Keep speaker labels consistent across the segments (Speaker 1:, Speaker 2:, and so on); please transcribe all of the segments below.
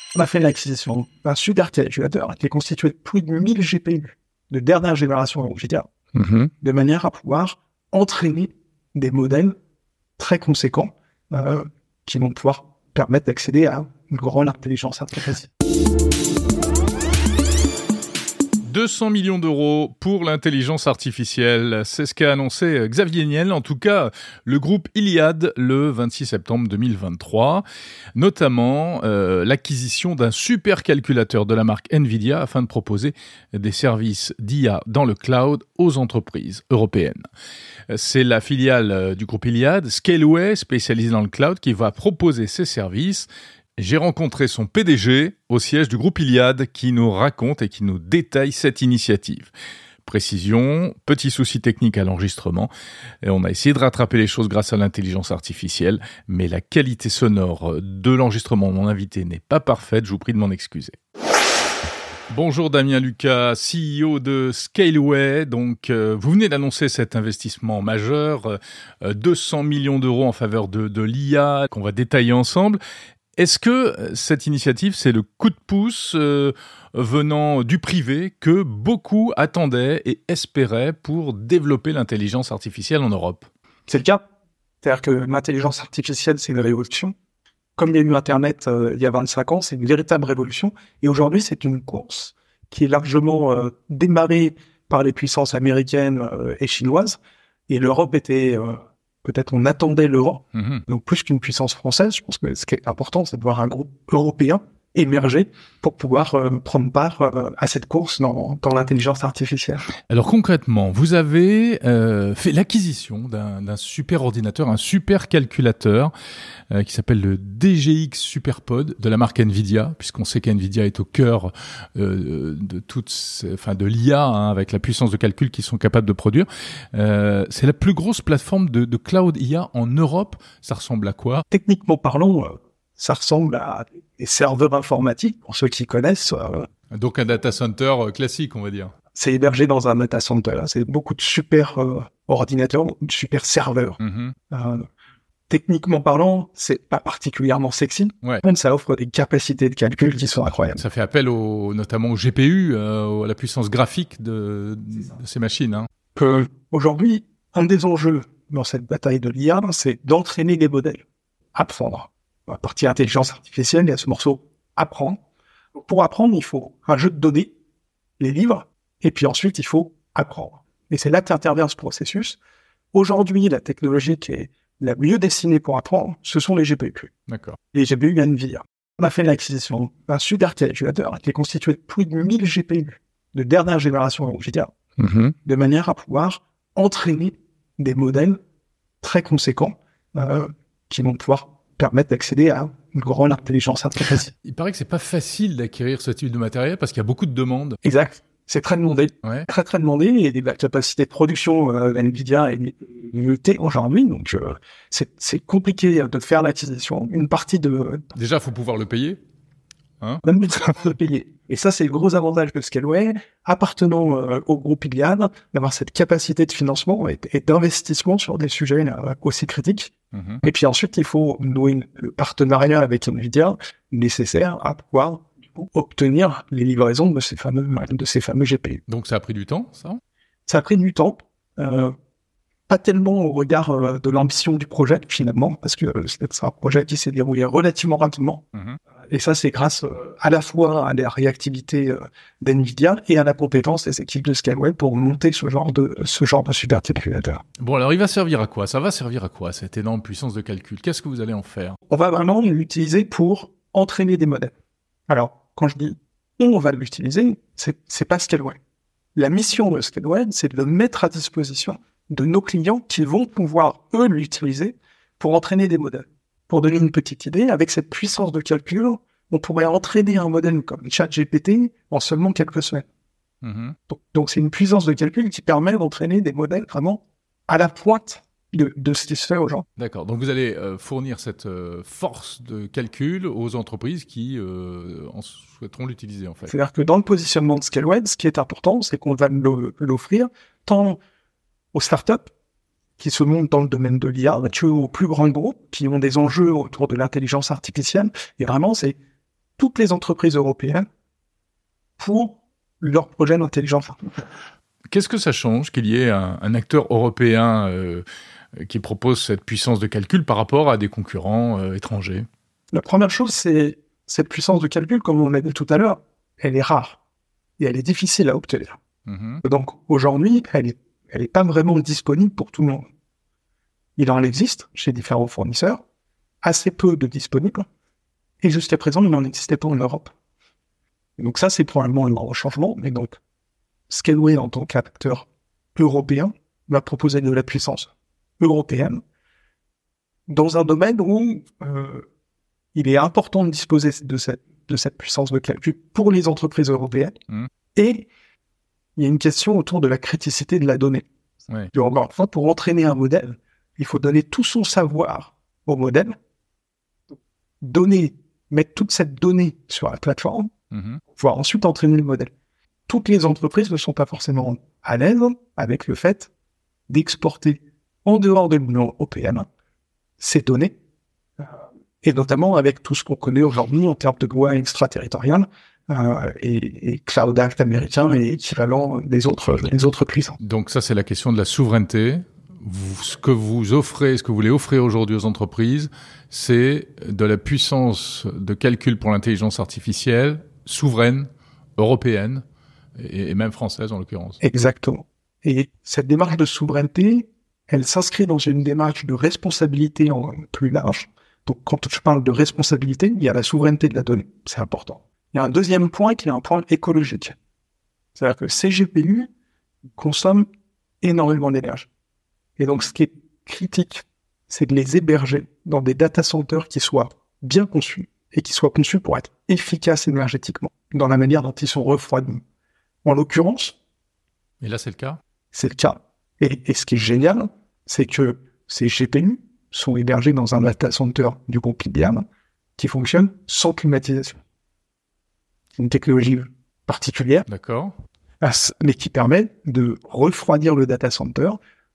Speaker 1: On a fait l'acquisition d'un supercalculateur qui est constitué de plus de 1000 GPU de dernière génération NVIDIA, de manière à pouvoir entraîner des modèles très conséquents qui vont pouvoir permettre d'accéder à une grande intelligence artificielle.
Speaker 2: 200 millions d'euros pour l'intelligence artificielle. C'est ce qu'a annoncé Xavier Niel, en tout cas le groupe Iliad, le 26 septembre 2023. Notamment l'acquisition d'un supercalculateur de la marque NVIDIA afin de proposer des services d'IA dans le cloud aux entreprises européennes. C'est la filiale du groupe Iliad, Scaleway, spécialisée dans le cloud, qui va proposer ces services. J'ai rencontré son PDG au siège du groupe Iliad qui nous raconte et qui nous détaille cette initiative. Précision, petit souci technique à l'enregistrement. Et on a essayé de rattraper les choses grâce à l'intelligence artificielle, mais la qualité sonore de l'enregistrement de mon invité n'est pas parfaite, je vous prie de m'en excuser. Bonjour Damien Lucas, CEO de Scaleway. Donc, vous venez d'annoncer cet investissement majeur, 200 millions d'euros en faveur de l'IA qu'on va détailler ensemble. Est-ce que cette initiative, c'est le coup de pouce venant du privé que beaucoup attendaient et espéraient pour développer l'intelligence artificielle en Europe ?
Speaker 1: C'est le cas. C'est-à-dire que l'intelligence artificielle, c'est une révolution. Comme il y a eu Internet il y a 25 ans, c'est une véritable révolution. Et aujourd'hui, c'est une course qui est largement démarrée par les puissances américaines et chinoises. Et l'Europe était... peut-être on attendait l'Europe, donc plus qu'une puissance française. Je pense que ce qui est important, c'est de voir un groupe européen émerger pour pouvoir prendre part à cette course dans l'intelligence artificielle.
Speaker 2: Alors concrètement, vous avez fait l'acquisition d'un super ordinateur, un super calculateur qui s'appelle le DGX SuperPod de la marque NVIDIA, puisqu'on sait qu'NVIDIA est au cœur de l'IA, avec la puissance de calcul qu'ils sont capables de produire. C'est la plus grosse plateforme de cloud IA en Europe. Ça ressemble à quoi ?
Speaker 1: Techniquement parlant, ça ressemble à des serveurs informatiques, pour ceux qui connaissent.
Speaker 2: Donc un data center classique, on va dire.
Speaker 1: C'est hébergé dans un data center. Là. C'est beaucoup de super ordinateurs, de super serveurs. Techniquement parlant, c'est pas particulièrement sexy. Ouais. Même ça offre des capacités de calcul qui sont incroyables.
Speaker 2: Ça fait appel notamment au GPU, à la puissance graphique de ces machines.
Speaker 1: Aujourd'hui, un des enjeux dans cette bataille de l'IA, c'est d'entraîner des modèles, apprendre. La partie intelligence artificielle, il y a ce morceau apprendre. Donc, pour apprendre, il faut un jeu de données, les livres, et puis ensuite, il faut apprendre. Et c'est là qu'intervient ce processus. Aujourd'hui, la technologie qui est la mieux destinée pour apprendre, ce sont les GPU.
Speaker 2: D'accord.
Speaker 1: Les GPU NVIDIA. On a fait l'acquisition d'un supercalculateur qui est constitué de plus de 1000 GPU de dernière génération NVIDIA, de manière à pouvoir entraîner des modèles très conséquents qui vont pouvoir permettre d'accéder à une grande intelligence artificielle.
Speaker 2: Il paraît que c'est pas facile d'acquérir ce type de matériel parce qu'il y a beaucoup de demandes.
Speaker 1: Exact. C'est très demandé.
Speaker 2: Ouais.
Speaker 1: Très, très demandé. Et la capacité de production NVIDIA est limitée aujourd'hui. Donc, c'est compliqué de faire l'acquisition. Une partie de...
Speaker 2: Déjà, il faut pouvoir le payer.
Speaker 1: Même le payer. Et ça, c'est le gros avantage de Scaleway, appartenant au groupe Iliad, d'avoir cette capacité de financement et d'investissement sur des sujets aussi critiques. Et puis ensuite, il faut nouer le partenariat avec NVIDIA nécessaire à pouvoir obtenir les livraisons de ces fameux GPU.
Speaker 2: Donc ça a pris du temps, ça ?
Speaker 1: Ça a pris du temps. Pas tellement au regard de l'ambition du projet, finalement, parce que c'est un projet qui s'est déroulé relativement rapidement. Et ça, c'est grâce à la fois à la réactivité d'NVIDIA et à la compétence des équipes de Scaleway pour monter ce genre de supercalculateur.
Speaker 2: Bon, alors il va servir à quoi ? Ça va servir à quoi, cette énorme puissance de calcul ? Qu'est-ce que vous allez en faire ?
Speaker 1: On va vraiment l'utiliser pour entraîner des modèles. Alors, quand je dis on va l'utiliser, c'est pas Scaleway. La mission de Scaleway, c'est de le mettre à disposition de nos clients qui vont pouvoir, eux, l'utiliser pour entraîner des modèles. Pour donner une petite idée, avec cette puissance de calcul, on pourrait entraîner un modèle comme ChatGPT en seulement quelques semaines. Donc, c'est une puissance de calcul qui permet d'entraîner des modèles vraiment à la pointe de ce qui se fait aujourd'hui.
Speaker 2: D'accord. Donc, vous allez fournir cette force de calcul aux entreprises qui en souhaiteront l'utiliser, en fait.
Speaker 1: C'est-à-dire que dans le positionnement de Scaleway, ce qui est important, c'est qu'on va l'offrir tant aux startups qui se montent dans le domaine de l'IA, aux plus grands groupes qui ont des enjeux autour de l'intelligence artificielle. Et vraiment, c'est toutes les entreprises européennes pour leur projet d'intelligence artificielle.
Speaker 2: Qu'est-ce que ça change qu'il y ait un acteur européen qui propose cette puissance de calcul par rapport à des concurrents étrangers?
Speaker 1: La première chose, c'est cette puissance de calcul, comme on l'a dit tout à l'heure, elle est rare et elle est difficile à obtenir. Donc aujourd'hui, elle est pas vraiment disponible pour tout le monde. Il en existe chez différents fournisseurs, assez peu de disponibles, et jusqu'à présent, il n'en existait pas en Europe. Et donc ça, c'est probablement un grand changement, mais donc Scaleway, en tant qu'acteur européen, va proposer de la puissance européenne dans un domaine où il est important de disposer de cette puissance de calcul pour les entreprises européennes. Et il y a une question autour de la criticité de la donnée.
Speaker 2: Ouais.
Speaker 1: Et encore une fois, pour entraîner un modèle, il faut donner tout son savoir au modèle, mettre toute cette donnée sur la plateforme, pour pouvoir ensuite entraîner le modèle. Toutes les entreprises ne sont pas forcément à l'aise avec le fait d'exporter en dehors de l'Union européenne ces données, et notamment avec tout ce qu'on connaît aujourd'hui en termes de loi extraterritoriale et Cloud Act américain et équivalent des autres puissants.
Speaker 2: Donc ça, c'est la question de la souveraineté. Ce que vous voulez offrir aujourd'hui aux entreprises, c'est de la puissance de calcul pour l'intelligence artificielle souveraine, européenne, et même française en l'occurrence.
Speaker 1: Exactement. Et cette démarche de souveraineté, elle s'inscrit dans une démarche de responsabilité en plus large. Donc quand je parle de responsabilité, il y a la souveraineté de la donnée, c'est important. Il y a un deuxième point qui est un point écologique. C'est-à-dire que ces GPU consomment énormément d'énergie. Et donc ce qui est critique, c'est de les héberger dans des data centers qui soient bien conçus et qui soient conçus pour être efficaces énergétiquement dans la manière dont ils sont refroidis. En l'occurrence,
Speaker 2: et là c'est le cas.
Speaker 1: C'est le cas. Et ce qui est génial, c'est que ces GPU sont hébergés dans un data center du groupe IBM qui fonctionne sans climatisation. C'est une technologie particulière.
Speaker 2: D'accord.
Speaker 1: Mais qui permet de refroidir le data center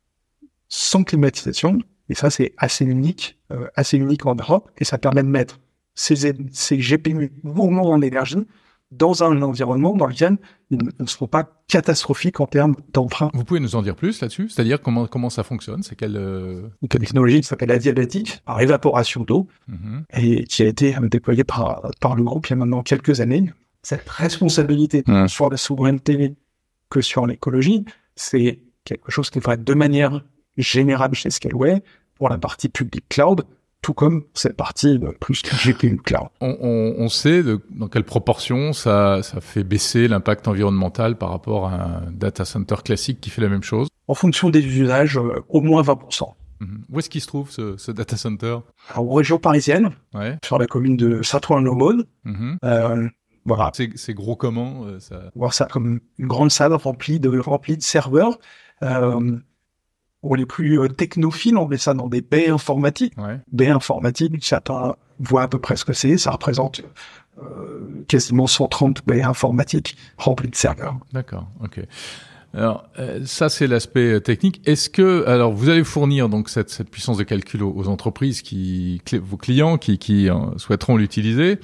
Speaker 1: sans climatisation. Et ça, c'est assez unique en Europe. Et ça permet de mettre ces GPU gourmands en énergie dans un environnement dans lequel ils ne seront pas catastrophiques en termes d'emprunt.
Speaker 2: Vous pouvez nous en dire plus là-dessus? C'est-à-dire comment ça fonctionne? C'est quelle
Speaker 1: une technologie qui s'appelle adiabatique, par évaporation d'eau, et qui a été déployée par le groupe il y a maintenant quelques années. Cette responsabilité sur la souveraineté que sur l'écologie, c'est quelque chose qui devrait être de manière générale chez Scaleway pour la partie public cloud, tout comme cette partie de plus GPU cloud.
Speaker 2: On sait dans quelle proportion ça fait baisser l'impact environnemental par rapport à un data center classique qui fait la même chose?
Speaker 1: En fonction des usages, au moins 20%.
Speaker 2: Où est-ce qu'il se trouve ce data center?
Speaker 1: En région parisienne, sur la commune de Saint-Ouen-l'Aumône. Voilà.
Speaker 2: C'est gros comment ça?
Speaker 1: Voir ça comme une grande salle remplie de serveurs. Pour les plus technophiles, on met ça dans des baies informatiques. Baies informatiques, chacun voit à peu près ce que c'est. Ça représente quasiment 130 baies informatiques remplies de serveurs.
Speaker 2: D'accord, ok. Alors, ça, c'est l'aspect technique. Alors, vous allez fournir donc cette puissance de calcul aux entreprises vos clients qui souhaiteront l'utiliser.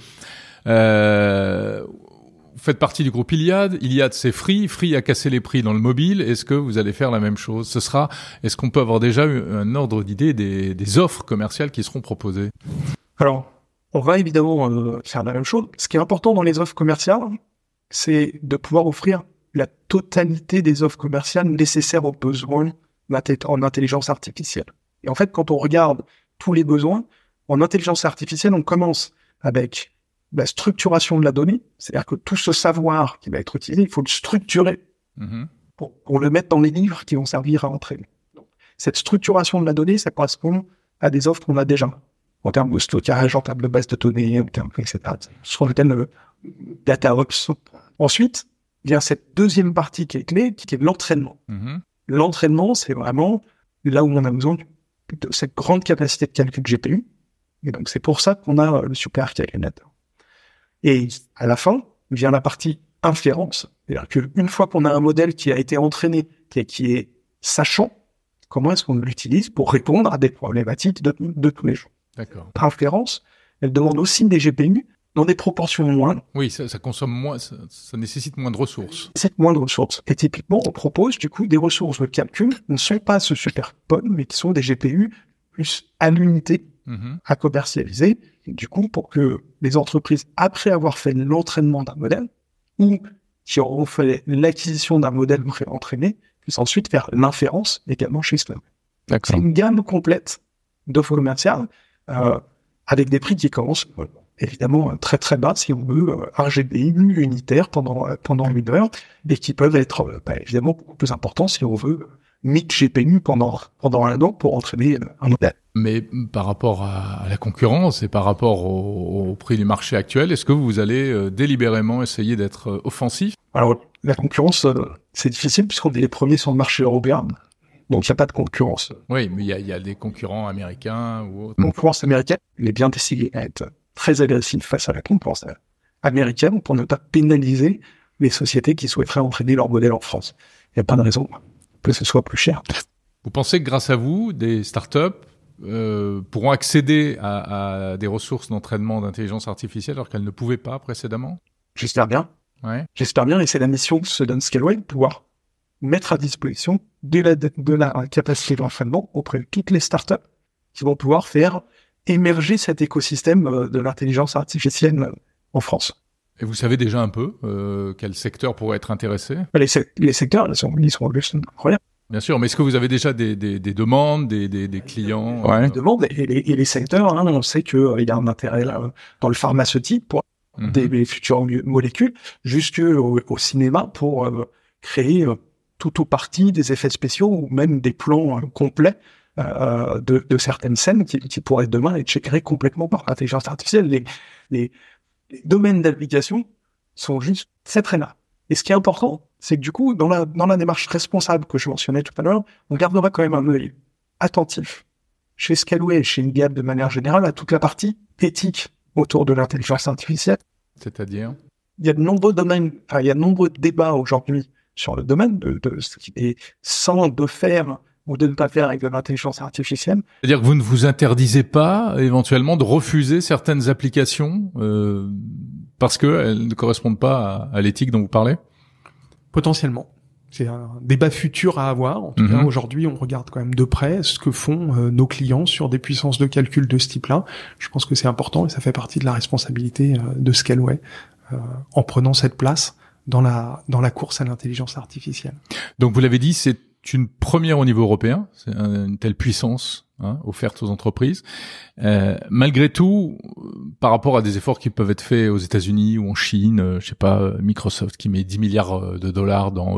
Speaker 2: Vous faites partie du groupe Iliad. Iliad, c'est Free. Free a cassé les prix dans le mobile. Est-ce que vous allez faire la même chose? Est-ce qu'on peut avoir déjà un ordre d'idée des offres commerciales qui seront proposées?
Speaker 1: Alors, on va évidemment faire la même chose. Ce qui est important dans les offres commerciales, c'est de pouvoir offrir la totalité des offres commerciales nécessaires aux besoins en intelligence artificielle. Et en fait, quand on regarde tous les besoins, en intelligence artificielle, on commence avec la structuration de la donnée, c'est-à-dire que tout ce savoir qui va être utilisé, il faut le structurer pour le mettre dans les livres qui vont servir à entraîner. Donc, cette structuration de la donnée, ça correspond à des offres qu'on a déjà, en termes de stockage, en termes de base de données, en termes, etc. Ce qu'on appelle DataOps. Ensuite, il y a cette deuxième partie qui est clé, qui est l'entraînement. L'entraînement, c'est vraiment là où on a besoin de cette grande capacité de calcul GPU. Et donc, c'est pour ça qu'on a le supercalculateur. Et à la fin, vient la partie inférence. C'est-à-dire qu'une fois qu'on a un modèle qui a été entraîné, qui est sachant, comment est-ce qu'on l'utilise pour répondre à des problématiques de tous les jours.
Speaker 2: D'accord.
Speaker 1: L'inférence, elle demande aussi des GPU dans des proportions moindres.
Speaker 2: Oui, ça consomme moins, ça nécessite moins de ressources.
Speaker 1: C'est moins de ressources. Et typiquement, on propose du coup des ressources de calcul qui ne sont pas ce superpod, mais qui sont des GPU plus à l'unité à commercialiser. Et du coup, pour que les entreprises, après avoir fait l'entraînement d'un modèle, ou qui auront fait l'acquisition d'un modèle pré-entraîné, puissent ensuite faire l'inférence également chez Scaleway. C'est une gamme complète d'offres commerciales avec des prix qui commencent évidemment très très bas si on veut un GPU unitaire pendant 1 heure, et qui peuvent être évidemment beaucoup plus importants si on veut 1000 GPU pendant 1 an pour entraîner un modèle.
Speaker 2: Mais par rapport à la concurrence et par rapport au prix du marché actuel, est-ce que vous allez délibérément essayer d'être offensif?
Speaker 1: Alors, la concurrence, c'est difficile puisqu'on est les premiers sur le marché européen. Donc, il n'y a pas de concurrence.
Speaker 2: Oui, mais il y a des concurrents américains ou autres.
Speaker 1: La concurrence américaine, elle est bien décidée à être très agressive face à la concurrence américaine pour ne pas pénaliser les sociétés qui souhaiteraient entraîner leur modèle en France. Il n'y a pas de raison que ce soit plus cher.
Speaker 2: Vous pensez que grâce à vous, des startups pourront accéder à des ressources d'entraînement d'intelligence artificielle alors qu'elles ne pouvaient pas précédemment?
Speaker 1: J'espère bien.
Speaker 2: Ouais.
Speaker 1: J'espère bien, et c'est la mission que se donne Scaleway, de pouvoir mettre à disposition de la capacité d'entraînement auprès de toutes les startups qui vont pouvoir faire émerger cet écosystème de l'intelligence artificielle en France.
Speaker 2: Et vous savez déjà un peu quel secteur pourrait être intéressé?
Speaker 1: Les secteurs, ils sont incroyables.
Speaker 2: Bien sûr, mais est-ce que vous avez déjà des demandes, des clients?
Speaker 1: Ouais. Des demandes et les secteurs, on sait qu'il y a un intérêt là, dans le pharmaceutique pour des futures molécules, jusqu'au cinéma pour créer tout ou partie des effets spéciaux ou même des plans complets de certaines scènes qui pourraient demain être gérées complètement par l'intelligence artificielle. Les domaines d'application sont juste très larges. Et ce qui est important, c'est que du coup, dans la démarche responsable que je mentionnais tout à l'heure, on gardera quand même un œil attentif chez Scaleway et chez Iliad de manière générale à toute la partie éthique autour de l'intelligence artificielle.
Speaker 2: C'est-à-dire?
Speaker 1: Il y a de nombreux domaines, il y a de nombreux débats aujourd'hui sur le domaine de ce qui est sain de faire ou de ne pas faire avec de l'intelligence artificielle.
Speaker 2: C'est-à-dire que vous ne vous interdisez pas éventuellement de refuser certaines applications parce qu'elles ne correspondent pas à l'éthique dont vous parlez?
Speaker 3: Potentiellement. C'est un débat futur à avoir. En tout cas, aujourd'hui, on regarde quand même de près ce que font nos clients sur des puissances de calcul de ce type-là. Je pense que c'est important et ça fait partie de la responsabilité de Scaleway en prenant cette place dans la course à l'intelligence artificielle.
Speaker 2: Donc, vous l'avez dit, c'est une première au niveau européen, c'est une telle puissance offerte aux entreprises. Malgré tout, par rapport à des efforts qui peuvent être faits aux États-Unis ou en Chine, je sais pas, Microsoft qui met 10 milliards de dollars dans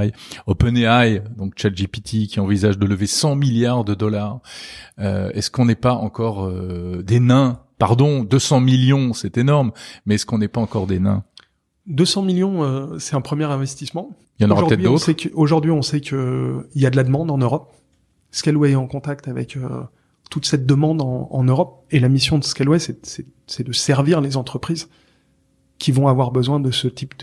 Speaker 2: OpenAI, donc ChatGPT qui envisage de lever 100 milliards de dollars. Est-ce qu'on n'est pas encore des nains? Pardon, 200 millions, c'est énorme, mais est-ce qu'on n'est pas encore des nains?
Speaker 3: 200 millions, c'est un premier investissement.
Speaker 2: Il y en aura peut-être d'autres.
Speaker 3: Aujourd'hui, on sait que il y a de la demande en Europe. Scaleway est en contact avec toute cette demande en Europe, et la mission de Scaleway, c'est de servir les entreprises qui vont avoir besoin de ce type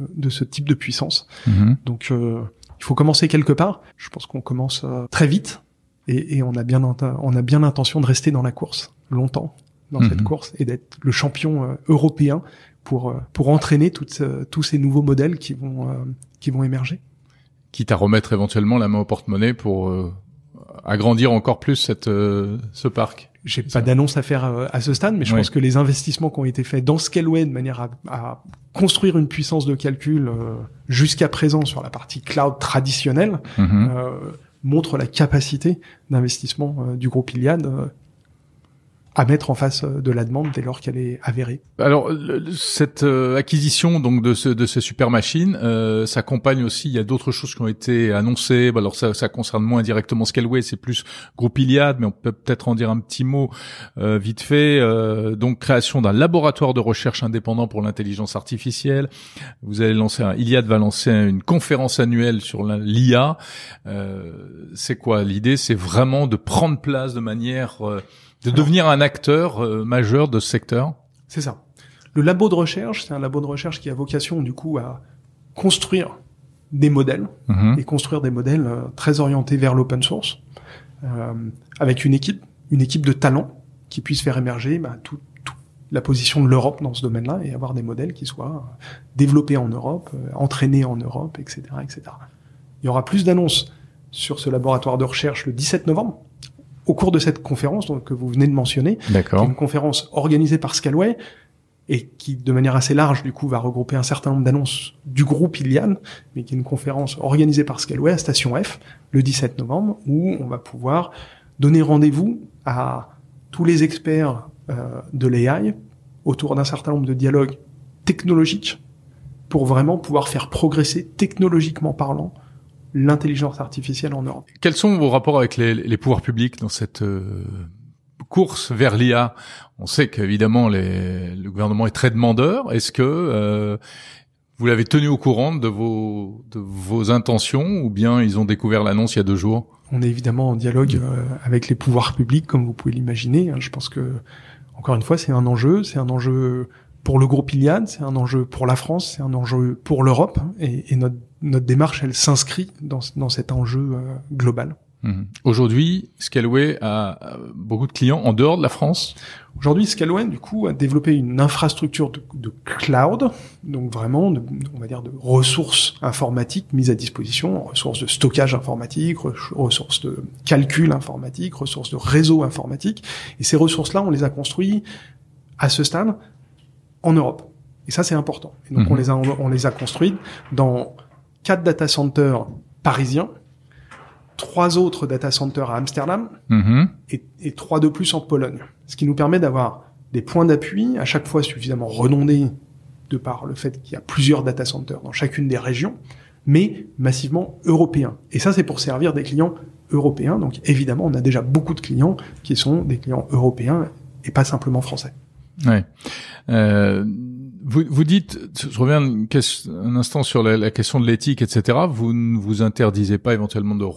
Speaker 3: de puissance. Donc, il faut commencer quelque part. Je pense qu'on commence très vite, et on a bien l'intention de rester dans la course longtemps, dans cette course, et d'être le champion européen pour entraîner tous ces nouveaux modèles qui vont émerger.
Speaker 2: Quitte à remettre éventuellement la main au porte-monnaie pour agrandir encore plus ce parc.
Speaker 3: J'ai pas d'annonce à faire à ce stade, mais je pense que les investissements qui ont été faits dans Scaleway de manière à construire une puissance de calcul jusqu'à présent sur la partie cloud traditionnelle montrent la capacité d'investissement du groupe Iliad à mettre en face de la demande dès lors qu'elle est avérée.
Speaker 2: Alors cette acquisition donc de ces super machines s'accompagne aussi, il y a d'autres choses qui ont été annoncées. Alors ça concerne moins directement Scaleway, c'est plus groupe Iliad, mais on peut peut-être en dire un petit mot vite fait. Donc création d'un laboratoire de recherche indépendant pour l'intelligence artificielle. Vous allez Iliad va lancer une conférence annuelle sur l'IA. C'est quoi l'idée? C'est vraiment de prendre place de manière de devenir un acteur majeur de ce secteur?
Speaker 3: C'est ça. Le labo de recherche, c'est un labo de recherche qui a vocation du coup à construire des modèles et construire des modèles très orientés vers l'open source, avec une équipe de talents qui puisse faire émerger la position de l'Europe dans ce domaine-là et avoir des modèles qui soient développés en Europe, entraînés en Europe, etc., etc. Il y aura plus d'annonces sur ce laboratoire de recherche le 17 novembre, au cours de cette conférence donc, que vous venez de mentionner, qui est une conférence organisée par Scaleway et qui, de manière assez large, du coup, va regrouper un certain nombre d'annonces du groupe Iliad, mais qui est une conférence organisée par Scaleway à Station F, le 17 novembre, où on va pouvoir donner rendez-vous à tous les experts de l'AI autour d'un certain nombre de dialogues technologiques pour vraiment pouvoir faire progresser, technologiquement parlant, l'intelligence artificielle en Europe.
Speaker 2: Quels sont vos rapports avec les pouvoirs publics dans cette course vers l'IA? On sait qu'évidemment le gouvernement est très demandeur. Est-ce que vous l'avez tenu au courant de vos intentions, ou bien ils ont découvert l'annonce il y a 2 jours?
Speaker 3: On est évidemment en dialogue avec les pouvoirs publics, comme vous pouvez l'imaginer. Je pense que, encore une fois, c'est un enjeu pour le groupe Iliad, c'est un enjeu pour la France, c'est un enjeu pour l'Europe, et notre démarche, elle s'inscrit dans cet enjeu global.
Speaker 2: Aujourd'hui, Scaleway a beaucoup de clients en dehors de la France.
Speaker 3: Aujourd'hui, Scaleway, du coup, a développé une infrastructure de cloud, donc vraiment, on va dire, de ressources informatiques mises à disposition, ressources de stockage informatique, ressources de calcul informatique, ressources de réseau informatique. Et ces ressources-là, on les a construites à ce stade en Europe. Et ça, c'est important. Et donc, on les a construites dans 4 data centers parisiens, 3 autres data centers à Amsterdam et 3 de plus en Pologne. Ce qui nous permet d'avoir des points d'appui à chaque fois suffisamment redondés de par le fait qu'il y a plusieurs data centers dans chacune des régions, mais massivement européens. Et ça, c'est pour servir des clients européens. Donc évidemment, on a déjà beaucoup de clients qui sont des clients européens et pas simplement français.
Speaker 2: Ouais. Vous dites, je reviens un instant sur la question de l'éthique, etc. Vous ne vous interdisez pas éventuellement de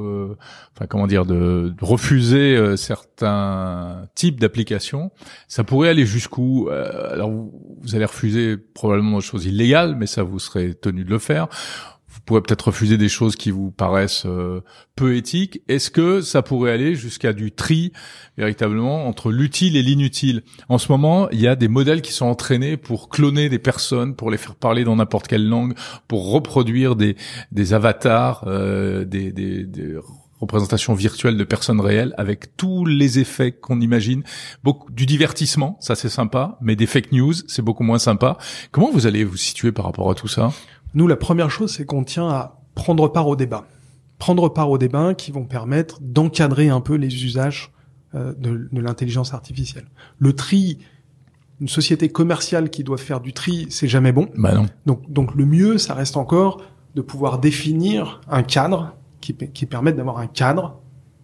Speaker 2: refuser certains types d'applications. Ça pourrait aller jusqu'où? Alors vous allez refuser probablement des choses illégales, mais ça vous serez tenu de le faire. Vous pourrez peut-être refuser des choses qui vous paraissent peu éthiques. Est-ce que ça pourrait aller jusqu'à du tri, véritablement, entre l'utile et l'inutile? En ce moment, il y a des modèles qui sont entraînés pour cloner des personnes, pour les faire parler dans n'importe quelle langue, pour reproduire des avatars, des représentations virtuelles de personnes réelles, avec tous les effets qu'on imagine. Du divertissement, ça c'est sympa, mais des fake news, c'est beaucoup moins sympa. Comment vous allez vous situer par rapport à tout ça?
Speaker 3: Nous, la première chose, c'est qu'on tient à prendre part au débat. Prendre part aux débats qui vont permettre d'encadrer un peu les usages de l'intelligence artificielle. Le tri, une société commerciale qui doit faire du tri, c'est jamais bon.
Speaker 2: Bah non.
Speaker 3: Donc le mieux, ça reste encore de pouvoir définir un cadre qui permette d'avoir un cadre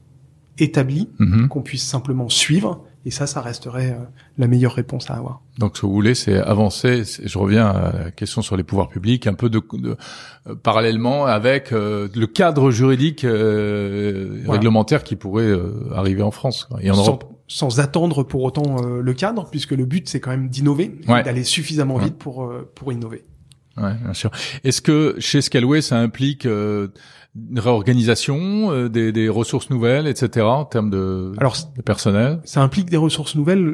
Speaker 3: établi, qu'on puisse simplement suivre. Et ça resterait la meilleure réponse à avoir.
Speaker 2: Donc, ce que vous voulez, c'est avancer. Je reviens à la question sur les pouvoirs publics, un peu parallèlement avec le cadre juridique réglementaire qui pourrait arriver en France et en Europe.
Speaker 3: Sans attendre pour autant le cadre, puisque le but, c'est quand même d'innover, et d'aller suffisamment vite pour innover.
Speaker 2: Ouais, bien sûr. Est-ce que chez Scaleway, ça implique une réorganisation, des ressources nouvelles, etc., en termes de personnel?
Speaker 3: Ça implique des ressources nouvelles,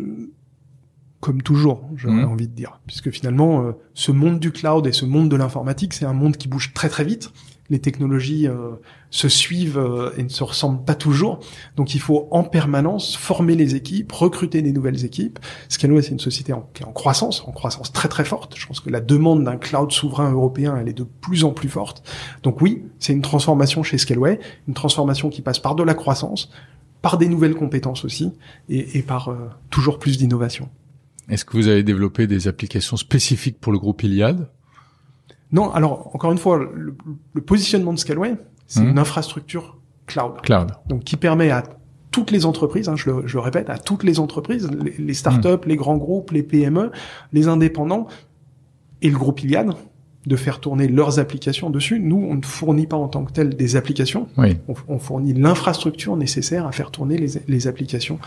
Speaker 3: comme toujours, j'aurais envie de dire. Puisque finalement, ce monde du cloud et ce monde de l'informatique, c'est un monde qui bouge très très vite. Les technologies se suivent et ne se ressemblent pas toujours. Donc il faut en permanence former les équipes, recruter des nouvelles équipes. Scaleway, c'est une société qui est en croissance très très forte. Je pense que la demande d'un cloud souverain européen, elle est de plus en plus forte. Donc oui, c'est une transformation chez Scaleway, une transformation qui passe par de la croissance, par des nouvelles compétences aussi, et par toujours plus d'innovation.
Speaker 2: Est-ce que vous avez développé des applications spécifiques pour le groupe Iliad?
Speaker 3: Non, alors, encore une fois, le positionnement de Scaleway, c'est une infrastructure cloud. Donc, qui permet à toutes les entreprises, je le répète, à toutes les entreprises, les startups, les grands groupes, les PME, les indépendants et le groupe Iliad, de faire tourner leurs applications dessus. Nous, on ne fournit pas en tant que tel des applications.
Speaker 2: Oui.
Speaker 3: On fournit l'infrastructure nécessaire à faire tourner les applications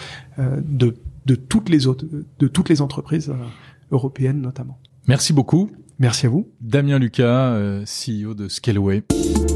Speaker 3: de toutes les entreprises européennes notamment.
Speaker 2: Merci beaucoup.
Speaker 3: Merci à vous.
Speaker 2: Damien Lucas, CEO de Scaleway.